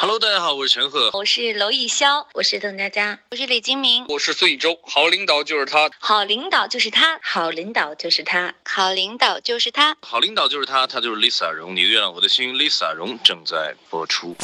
Hello， 大家好，我是陈赫， 我是娄艺潇， 我是邓家佳， 我是李金铭， 我是孙艺洲。好领导就是他， 好领导就是他， 好领导就是他， 好领导就是他， 好领导就是他，他就是 Lisa 荣。你的月亮我的心 ，Lisa 荣正在播出。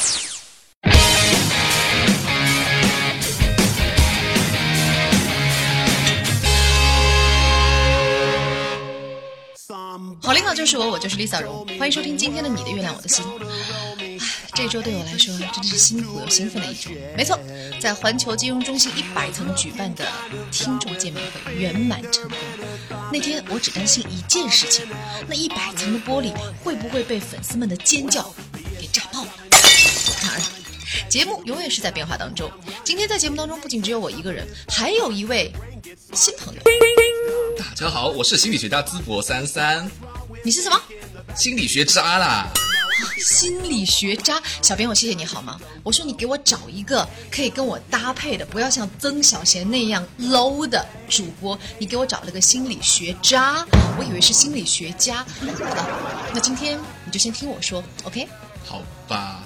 好领导就是我就是 Lisa 荣，欢迎收听今天的你的月亮我的心。这周对我来说真的是辛苦又兴奋的一周。没错，在环球金融中心100层举办的听众见面会圆满成功。那天我只担心一件事情，那100层的玻璃会不会被粉丝们的尖叫给炸爆了。当然节目永远是在变化当中，今天在节目当中不仅只有我一个人，还有一位新朋友。 大家好，我是心理学家淄博33。 你是什么？ 心理学渣啦。 心理学渣，小编我谢谢你好吗？我说你给我找一个可以跟我搭配的，不要像曾小贤那样 low 的主播，你给我找了个心理学渣，我以为是心理学家。好的，那今天你就先听我说 OK？ 好吧。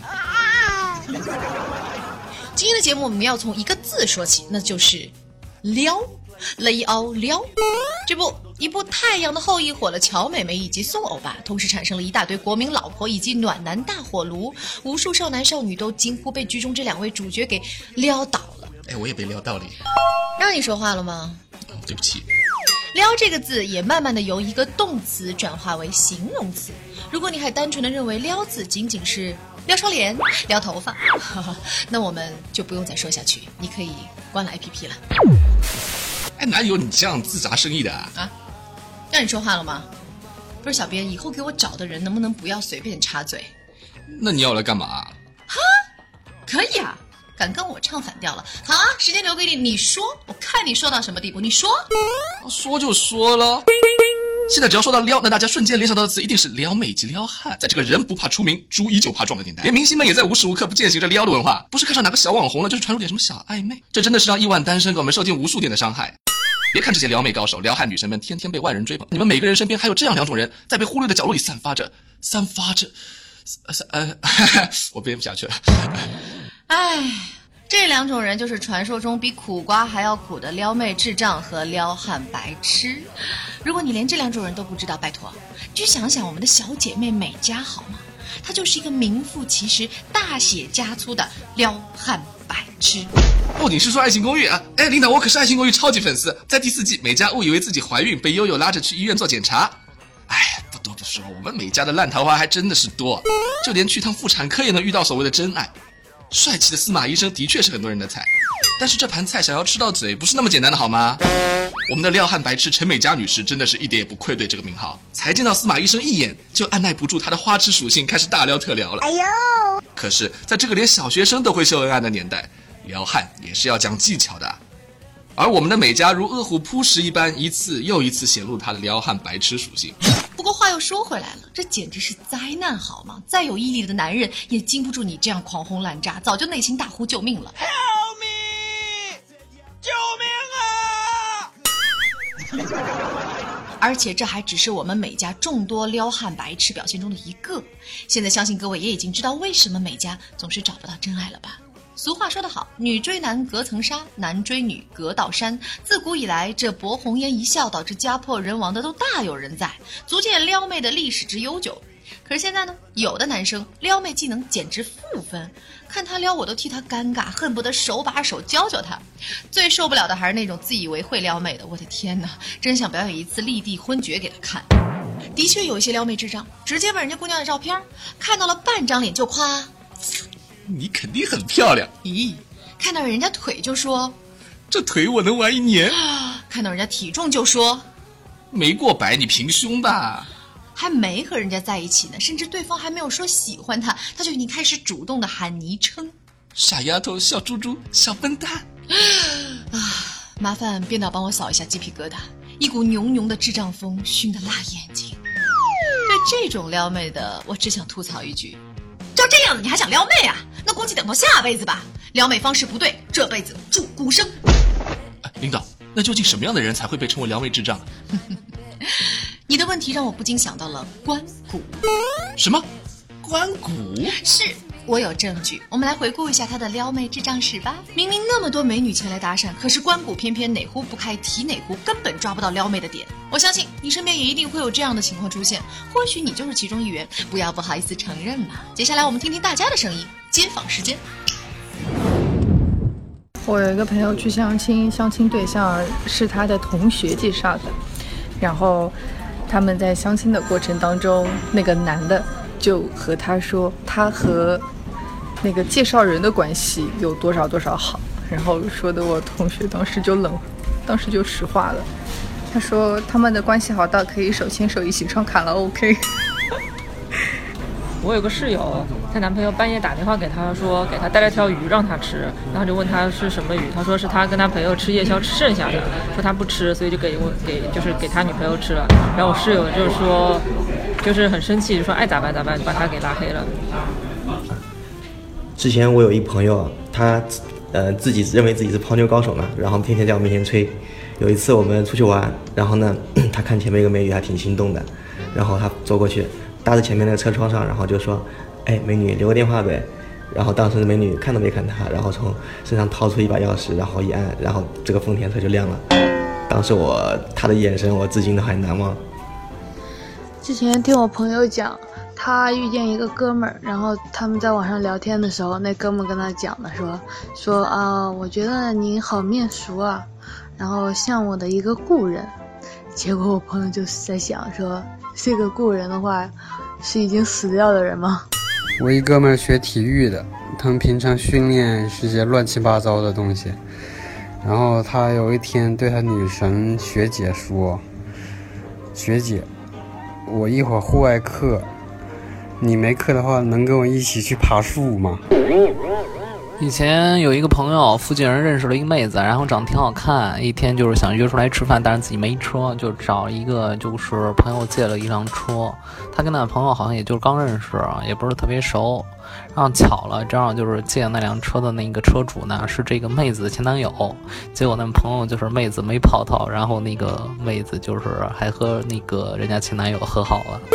今天的节目我们要从一个字说起，那就是撩。雷奥撩，这部一部《太阳的后裔》火了乔美美以及宋欧巴，同时产生了一大堆国民老婆以及暖男大火炉，无数少男少女都惊呼被剧中这2位主角给撩倒了。 我也被撩到了。 让你说话了吗？ 对不起。 撩这个字也慢慢的由一个动词转化为形容词。如果你还单纯的认为撩字仅仅是撩窗帘、撩头发，那我们就不用再说下去，你可以关了 APP 了。 哪有你这样自砸生意的啊？ 让你说话了吗？不是小编，以后给我找的人能不能不要随便插嘴？ 那你要来干嘛？ 哈，可以啊，敢跟我唱反调了。好啊，时间留给你，你说，我看你说到什么地步，你说。 说就说了。现在只要说到撩，那大家瞬间联想到的词一定是撩妹及撩汉。在这个人不怕出名，猪依旧怕壮的年代，连明星们也在无时无刻不践行着撩的文化。不是看上哪个小网红了，就是传出点什么小暧昧，这真的是让亿万单身狗们受尽无数点的伤害。别看这些撩妹高手、撩汉女神们天天被外人追捧，你们每个人身边还有这样2种人，在被忽略的角落里散发着，我编不下去了。 这2种人就是传说中比苦瓜还要苦的撩妹智障和撩汉白痴。如果你连这2种人都不知道，拜托，你去想想我们的小姐妹美嘉好吗？她就是一个名副其实、大写加粗的撩汉白痴。 你是说爱情公寓啊？领导，我可是爱情公寓超级粉丝。在第4季，美嘉误以为自己怀孕，被悠悠拉着去医院做检查。不得不说，我们美嘉的烂桃花还真的是多，就连去趟妇产科也能遇到所谓的真爱。帅气的司马医生的确是很多人的菜，但是这盘菜想要吃到嘴不是那么简单的好吗？我们的撩汉白痴陈美嘉女士真的是一点也不愧对这个名号，才见到司马医生一眼就按耐不住她的花痴属性，开始大撩特撩了。可是在这个连小学生都会秀恩爱的年代，撩汉也是要讲技巧的。而我们的美嘉如饿虎扑食一般，一次又一次显露她的撩汉白痴属性。 不过话又说回来了，这简直是灾难好吗？再有毅力的男人也经不住你这样狂轰滥炸，早就内心大呼救命了。 Help me！ 救命啊！ 而且这还只是我们美嘉众多撩汉白痴表现中的一个。现在相信各位也已经知道为什么美嘉总是找不到真爱了吧？俗话说得好，女追男隔层纱，男追女隔道山。自古以来，这博红颜一笑导致家破人亡的都大有人在，足见撩妹的历史之悠久。可是现在呢，有的男生撩妹技能简直负分，看他撩我都替他尴尬，恨不得手把手教教他。最受不了的还是那种自以为会撩妹的，我的天哪，真想表演一次立地昏厥给他看。的确有一些撩妹智障，直接把人家姑娘的照片看到了半张脸就夸你肯定很漂亮。 咦，看到人家腿就说这腿我能玩1年。 看到人家体重就说没过百你平胸吧。 还没和人家在一起呢，甚至对方还没有说喜欢他，他就已经开始主动的喊昵称。 傻丫头、小猪猪、小笨蛋。 麻烦编导帮我扫一下鸡皮疙瘩，一股浓浓的智障风熏得辣眼睛。对这种撩妹的，我只想吐槽一句，就这样的你还想撩妹啊？那估计等到下辈子吧。撩妹方式不对，这辈子祝孤生。 领导，那究竟什么样的人才会被称为撩妹智障？ 你的问题让我不禁想到了关谷。 什么？关谷？ 是我有证据，我们来回顾一下他的撩妹智障史吧。明明那么多美女前来搭讪，可是关谷偏偏哪壶不开提哪壶，根本抓不到撩妹的点。我相信你身边也一定会有这样的情况出现，或许你就是其中一员，不要不好意思承认嘛。接下来我们听听大家的声音，街访时间。 我有一个朋友去相亲，相亲对象是他的同学介绍的，然后他们在相亲的过程当中，那个男的就和他说他和那个介绍人的关系有多少多少好，然后说的我同学当时就石化了。他说他们的关系好到可以手牵手一起唱卡拉 OK。 我有个室友，她男朋友半夜打电话给她说，给她带了条鱼让她吃，然后就问她是什么鱼，她说是她跟她朋友吃夜宵吃剩下的，说她不吃，所以就给她女朋友吃了。然后我室友就说，就是很生气，就说爱咋办咋办，就把她给拉黑了。 之前我有一朋友，他自己认为自己是泡妞高手嘛，然后天天在我面前吹。有一次我们出去玩，然后呢，他看前面一个美女还挺心动的，然后他走过去搭着前面那个车窗上，然后就说：“哎，美女，留个电话呗。”然后当时美女看都没看他，然后从身上掏出一把钥匙，然后一按，然后这个丰田车就亮了。当时他的眼神我至今都还难忘。 之前听我朋友讲，他遇见一个哥们儿，然后他们在网上聊天的时候，那哥们儿跟他讲的说啊，我觉得你好面熟啊，然后像我的一个故人。结果我朋友就是在想说，这个故人的话是已经死掉的人吗？ 我一哥们儿学体育的，他们平常训练是些乱七八糟的东西，然后他有一天对他女神学姐说：“学姐，我一会儿户外课，你没课的话能跟我一起去爬树吗？” 以前有一个朋友，附近人认识了一个妹子，然后长得挺好看，一天就是想约出来吃饭，但是自己没车，就找一个就是朋友借了一辆车。他跟那朋友好像也就是刚认识，也不是特别熟，然后巧了，正好就是借那辆车的那个车主呢是这个妹子的前男友，结果那朋友就是妹子没泡到，然后那个妹子就是还和那个人家前男友和好了。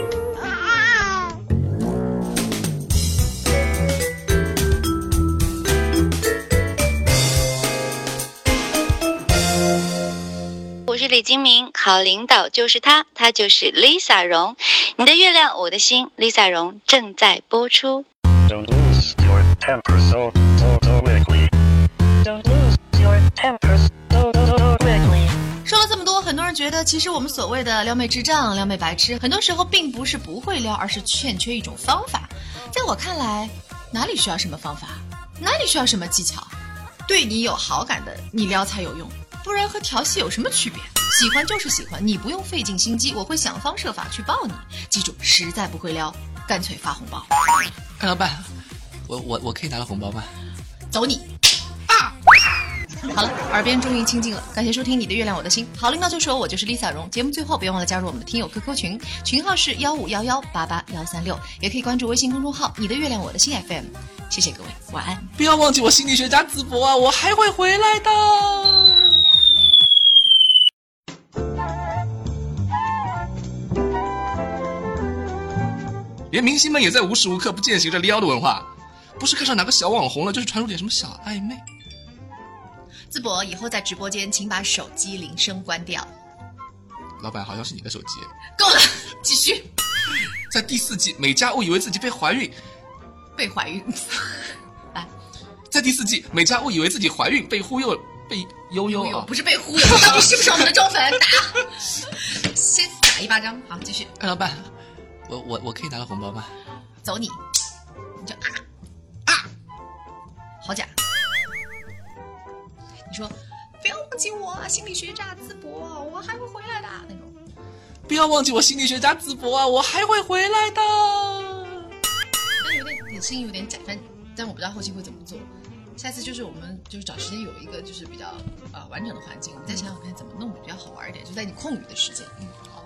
我是李金明，好领导就是他，他就是 Lisa 荣。你的月亮我的心 ，Lisa 荣正在播出。 Don't lose your temper so quickly. Don't lose your temper so quickly. 说了这么多，很多人觉得其实我们所谓的撩妹智障、撩妹白痴，很多时候并不是不会撩，而是欠缺一种方法。在我看来，哪里需要什么方法，哪里需要什么技巧，对你有好感的，你撩才有用。不然和调戏有什么区别？喜欢就是喜欢，你不用费尽心机，我会想方设法去抱你。记住，实在不会撩，干脆发红包。 看老板，我可以拿到红包吗？ 走你！啊！好了，耳边终于清静了。感谢收听《你的月亮我的心》，好领导就说我就是 Lisa 荣。节目最后别忘了加入我们的听友 QQ 群，群号是151188136，也可以关注微信公众号《你的月亮我的心 FM》。谢谢各位，晚安。 不要忘记我心理学家淄博啊，我还会回来的。连明星们也在无时无刻不践行着撩的文化，不是看上哪个小网红了，就是传出点什么小暧昧。 淄博，以后在直播间请把手机铃声关掉。 老板，好像是你的手机。 够了，继续。 在第4季，美嘉误以为自己被怀孕。 来， 在第4季，美嘉误以为自己怀孕，被忽悠，被悠悠啊， 不是被忽悠，到底是不是我们的忠粉？打，先打一巴掌。好，继续。 老板。我可以拿到红包吗？ 走你就啊，好假！你说不要忘记我心理学家淄博，我还会回来的那种。 不要忘记我心理学家淄博啊，我还会回来的。 但有点声音有点假，但我不知道后期会怎么做。下次就是我们就是找时间有一个就是比较完整的环境，我们再想想看怎么弄比较好玩一点，就在你空余的时间。